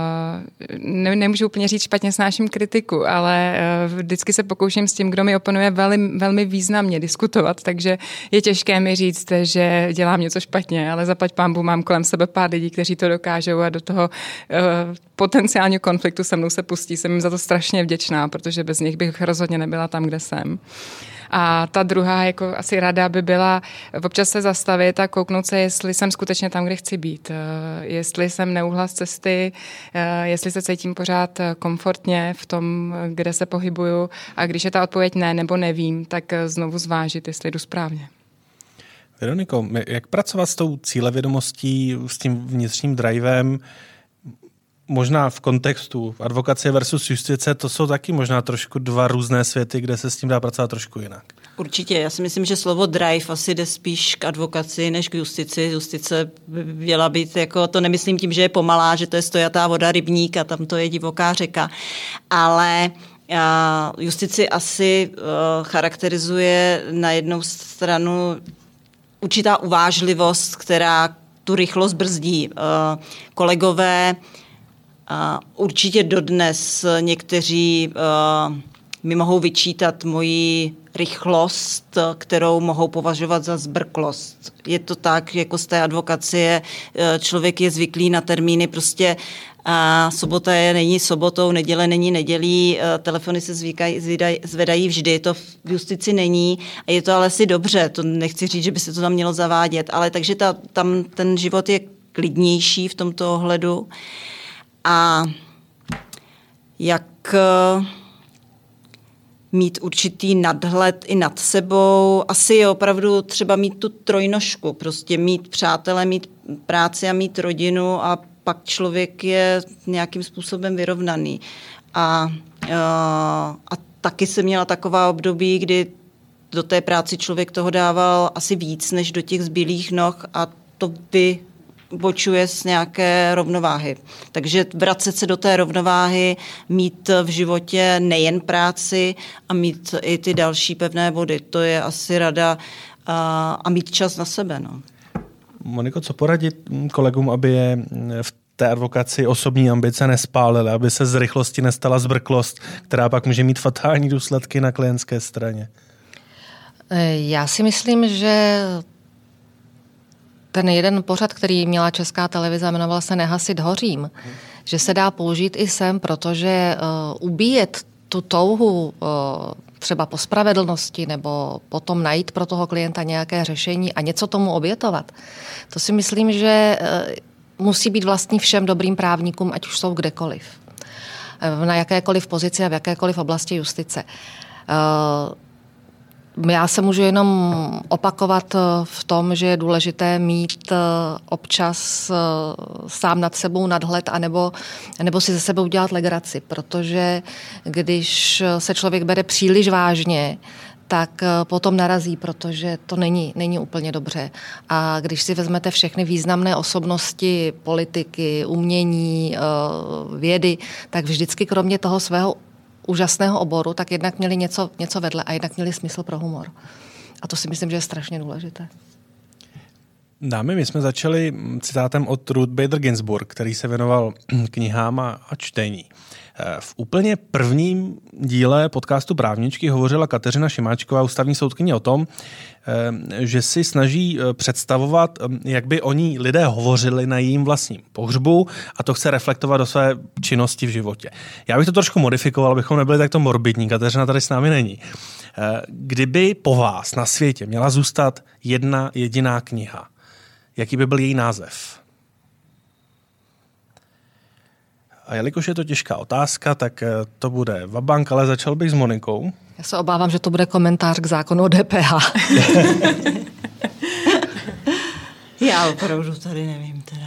ne, nemůžu úplně říct špatně snáším kritiku, ale vždycky se pokouším s tím, kdo mi oponuje, velmi, velmi významně diskutovat, takže je těžké mi říct, že dělám něco špatně, ale zaplať pánbůh mám kolem sebe pár lidí, kteří to dokážou a do toho uh, potenciálního konfliktu se mnou se pustí. Jsem jim za to strašně vděčná, protože bez nich bych rozhodně nebyla tam, kde jsem. A ta druhá jako asi rada by byla občas se zastavit a kouknout se, jestli jsem skutečně tam, kde chci být. Jestli jsem neuhla z cesty, jestli se cítím pořád komfortně v tom, kde se pohybuju a když je ta odpověď ne nebo nevím, tak znovu zvážit, jestli jdu správně. Veroniko, jak pracovat s tou cílevědomostí, s tím vnitřním drivem, možná v kontextu advokacie versus justice, to jsou taky možná trošku dva různé světy, kde se s tím dá pracovat trošku jinak. Určitě, já si myslím, že slovo drive asi jde spíš k advokaci než k justici. Justice by měla být, jako, to nemyslím tím, že je pomalá, že to je stojatá voda rybník a tam to je divoká řeka, ale justici asi charakterizuje na jednu stranu určitá uvážlivost, která tu rychlost brzdí. Kolegové určitě dodnes někteří mi mohou vyčítat moji rychlost, kterou mohou považovat za zbrklost. Je to tak, jako z té advokacie člověk je zvyklý na termíny, prostě a sobota je, není sobotou, neděle není nedělí, telefony se zvykají, zvedají, zvedají vždy, to v justici není a je to ale si dobře, to nechci říct, že by se to tam mělo zavádět, ale takže ta, tam ten život je klidnější v tomto ohledu. A jak mít určitý nadhled i nad sebou, asi je opravdu třeba mít tu trojnožku, prostě mít přátele, mít práci a mít rodinu a pak člověk je nějakým způsobem vyrovnaný. A, a taky jsem měla taková období, kdy do té práci člověk toho dával asi víc, než do těch zbylých noh a to by vybočuje z nějaké rovnováhy. Takže vracet se do té rovnováhy, mít v životě nejen práci a mít i ty další pevné body. To je asi rada a, a mít čas na sebe. No. Moniko, co poradit kolegům, aby je v té advokaci osobní ambice nespálily, aby se z rychlosti nestala zbrklost, která pak může mít fatální důsledky na klientské straně? Já si myslím, že ten jeden pořad, který měla Česká televize, jmenoval se Nehasit hořím, hmm. že se dá použít i sem, protože uh, ubíjet tu touhu uh, třeba po spravedlnosti nebo potom najít pro toho klienta nějaké řešení a něco tomu obětovat, to si myslím, že uh, musí být vlastní všem dobrým právníkům, ať už jsou kdekoliv. Uh, na jakékoliv pozici a v jakékoliv oblasti justice. Uh, Já se můžu jenom opakovat v tom, že je důležité mít občas sám nad sebou nadhled anebo, nebo si ze sebe udělat legraci, protože když se člověk bere příliš vážně, tak potom narazí, protože to není, není úplně dobře. A když si vezmete všechny významné osobnosti, politiky, umění, vědy, tak vždycky kromě toho svého úžasného oboru, tak jednak měli něco, něco vedle a jednak měli smysl pro humor. A to si myslím, že je strašně důležité. Dámy, my jsme začali citátem od Ruth Bader Ginsburg, který se věnoval knihám a, a čtení. V úplně prvním díle podcastu Právničky hovořila Kateřina Šimáčková, ústavní soudkyně, o tom, že si snaží představovat, jak by o ní lidé hovořili na jejím vlastním pohřbu a to chce reflektovat do své činnosti v životě. Já bych to trošku modifikoval, abychom nebyli takto morbidní. Kateřina tady s námi není. Kdyby po vás na světě měla zůstat jedna jediná kniha, jaký by byl její název? A jelikož je to těžká otázka, tak to bude vabank, ale začal bych s Monikou. Já se obávám, že to bude komentář k zákonu o D P H. Já opravdu tady nevím teda.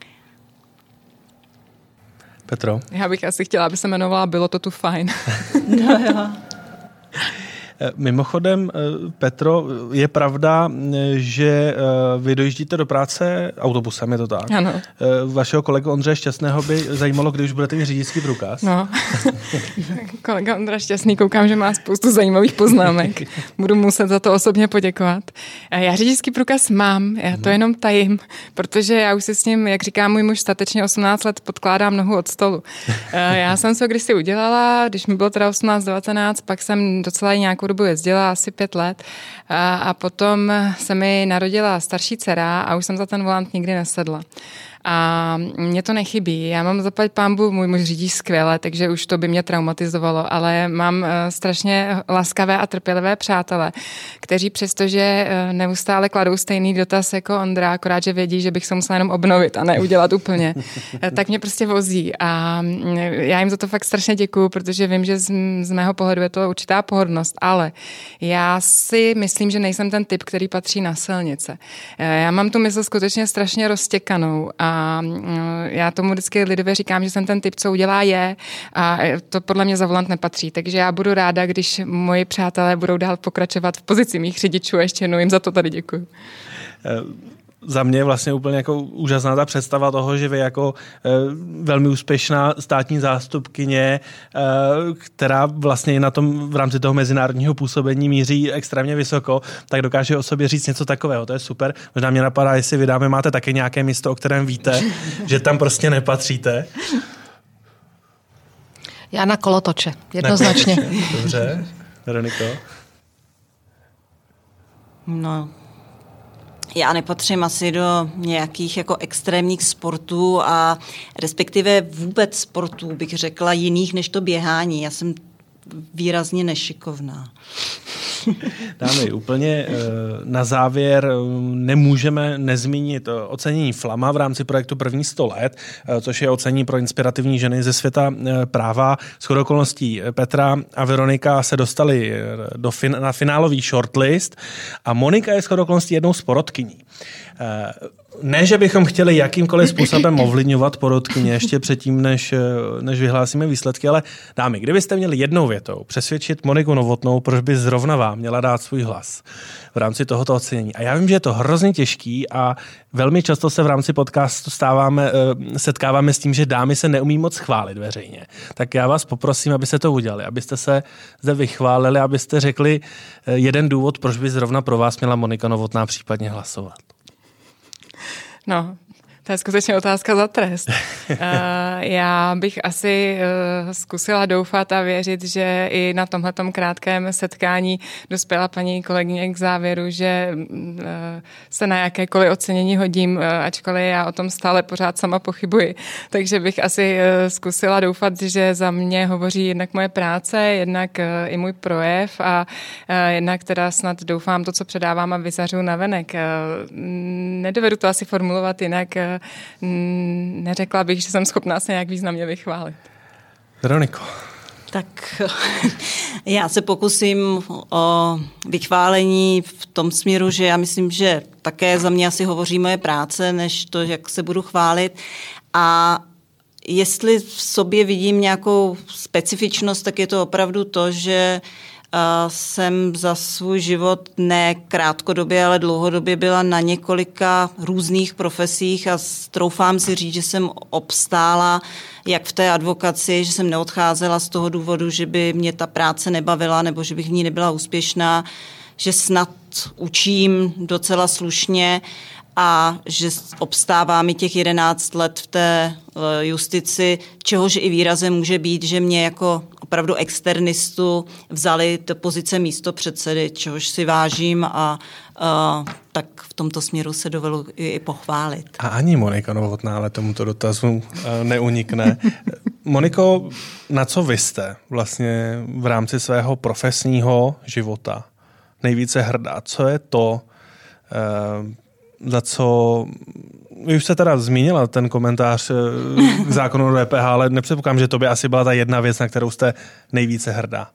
Petro? Já bych asi chtěla, aby se jmenovala Bylo to tu fajn. No jo. Mimochodem, Petro, je pravda, že vy dojíždíte do práce autobusem, je to tak? Ano. Vašeho kolegu Ondřeje Šťastného by zajímalo, když budete mít řidičský průkaz. No. Kolega Ondra Šťastný, koukám, že má spoustu zajímavých poznámek. Budu muset za to osobně poděkovat. Já řidičský průkaz mám, já to jenom tajím, protože já už si s ním, jak říká můj muž, statečně osmnáct let podkládám nohu od stolu. Já jsem se kdysi udělala, když mi bylo teda osmnáct devatenáct, pak jsem docela nějakou dobu jezdila, asi pět let a, a potom se mi narodila starší dcera a už jsem za ten volant nikdy nesedla. A mě to nechybí. Já mám zaplať pánbu, můj muž řídí skvěle, takže už to by mě traumatizovalo, ale mám uh, strašně laskavé a trpělivé přátele, kteří přestože uh, neustále kladou stejný dotaz jako Ondra, akorát, že vědí, že bych se musela jenom obnovit a ne udělat úplně, tak mě prostě vozí. A já jim za to fakt strašně děkuju, protože vím, že z, z mého pohledu je to určitá pohodlnost, ale já si myslím, že nejsem ten typ, který patří na silnice. Já mám tu mysl skutečně strašně roztěkanou a A já tomu vždycky lidově říkám, že jsem ten typ, co udělá je a to podle mě za volant nepatří. Takže já budu ráda, když moji přátelé budou dál pokračovat v pozici mých řidičů a ještě jednou jim za to tady děkuju. Za mě je vlastně úplně jako úžasná ta představa toho, že vy jako e, velmi úspěšná státní zástupkyně, e, která vlastně na tom v rámci toho mezinárodního působení míří extrémně vysoko, tak dokáže o sobě říct něco takového. To je super. Možná mě napadá, jestli vy dáme, máte také nějaké místo, o kterém víte, že tam prostě nepatříte. Já na kolotoče, jednoznačně. Dobře. Veroniko? No, já nepatřím asi do nějakých jako extrémních sportů a respektive vůbec sportů, bych řekla, jiných než to běhání. Já jsem výrazně nešikovná. Dámy, úplně na závěr nemůžeme nezmínit ocenění Flama v rámci projektu První sto let, což je ocenění pro inspirativní ženy ze světa práva. Shodou okolností Petra a Veronika se dostali do fin- na finálový shortlist a Monika je shodou okolností jednou z porotkyní. Ne, že bychom chtěli jakýmkoliv způsobem ovlivňovat porotkyně ještě předtím, než, než vyhlásíme výsledky, ale dámy, kdybyste měli jednou větou přesvědčit Moniku Novotnou, proč by zrovna vám měla dát svůj hlas v rámci tohoto ocenění. A já vím, že je to hrozně těžký a velmi často se v rámci podcastu stáváme, setkáváme s tím, že dámy se neumí moc chválit veřejně. Tak já vás poprosím, abyste to udělali, abyste se zde vychválili, abyste řekli jeden důvod, proč by zrovna pro vás měla Monika Novotná případně hlasovat. No, to je skutečně otázka za trest. Uh, já bych asi uh, zkusila doufat a věřit, že i na tomhletom krátkém setkání dospěla paní kolegyně k závěru, že uh, se na jakékoliv ocenění hodím, uh, ačkoliv já o tom stále pořád sama pochybuji. Takže bych asi uh, zkusila doufat, že za mě hovoří jednak moje práce, jednak uh, i můj projev a uh, jednak teda snad doufám to, co předávám a vyzařuju navenek. Uh, nedovedu to asi formulovat jinak. Uh, Neřekla bych, že jsem schopná se nějak významně vychválit. Veroniko. Tak já se pokusím o vychválení v tom směru, že já myslím, že také za mě asi hovoří moje práce, než to, jak se budu chválit. A jestli v sobě vidím nějakou specifičnost, tak je to opravdu to, že jsem za svůj život ne krátkodobě, ale dlouhodobě byla na několika různých profesích a troufám si říct, že jsem obstála jak v té advokaci, že jsem neodcházela z toho důvodu, že by mě ta práce nebavila nebo že bych v ní nebyla úspěšná, že snad učím docela slušně a že obstává mi těch jedenáct let v té justici, čehož i výrazem může být, že mě jako opravdu externistu vzali do pozice místopředsedy, čehož si vážím a, a tak v tomto směru se dovedu i, i pochválit. A ani Monika Novotná ale tomuto dotazu neunikne. Moniko, na co vy jste vlastně v rámci svého profesního života nejvíce hrdá? Co je to, za co... Vy už jste teda zmínila ten komentář k zákonu o D P H, ale nepředpokládám, že to by asi byla ta jedna věc, na kterou jste nejvíce hrdá.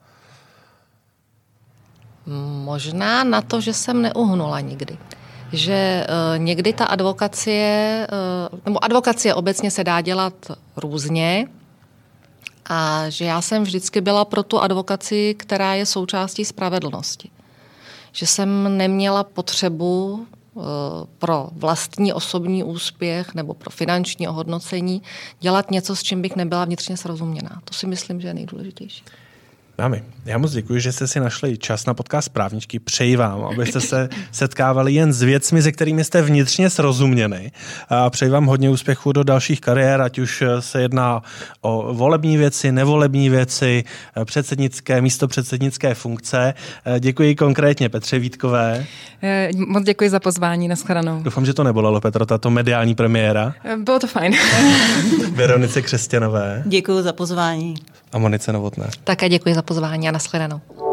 Možná na to, že jsem neuhnula nikdy. Že uh, někdy ta advokacie, uh, nebo advokacie obecně se dá dělat různě a že já jsem vždycky byla pro tu advokaci, která je součástí spravedlnosti. Že jsem neměla potřebu pro vlastní osobní úspěch nebo pro finanční ohodnocení dělat něco, s čím bych nebyla vnitřně srozuměná. To si myslím, že je nejdůležitější. Dámy, já moc děkuji, že jste si našli čas na podcast Právničky. Přeji vám, abyste se setkávali jen s věcmi, se kterými jste vnitřně srozuměni. A přeji vám hodně úspěchů do dalších kariér, ať už se jedná o volební věci, nevolební věci, předsednické, místopředsednické funkce. Děkuji konkrétně Petře Vítkové. Moc děkuji za pozvání, nashledanou. Doufám, že to nebolelo, Petro, tato mediální premiéra. Bylo to fajn. Veronice Křesťanové. Děkuji za pozvání. A Monice Novotné. Také děkuji za pozvání a nashledanou.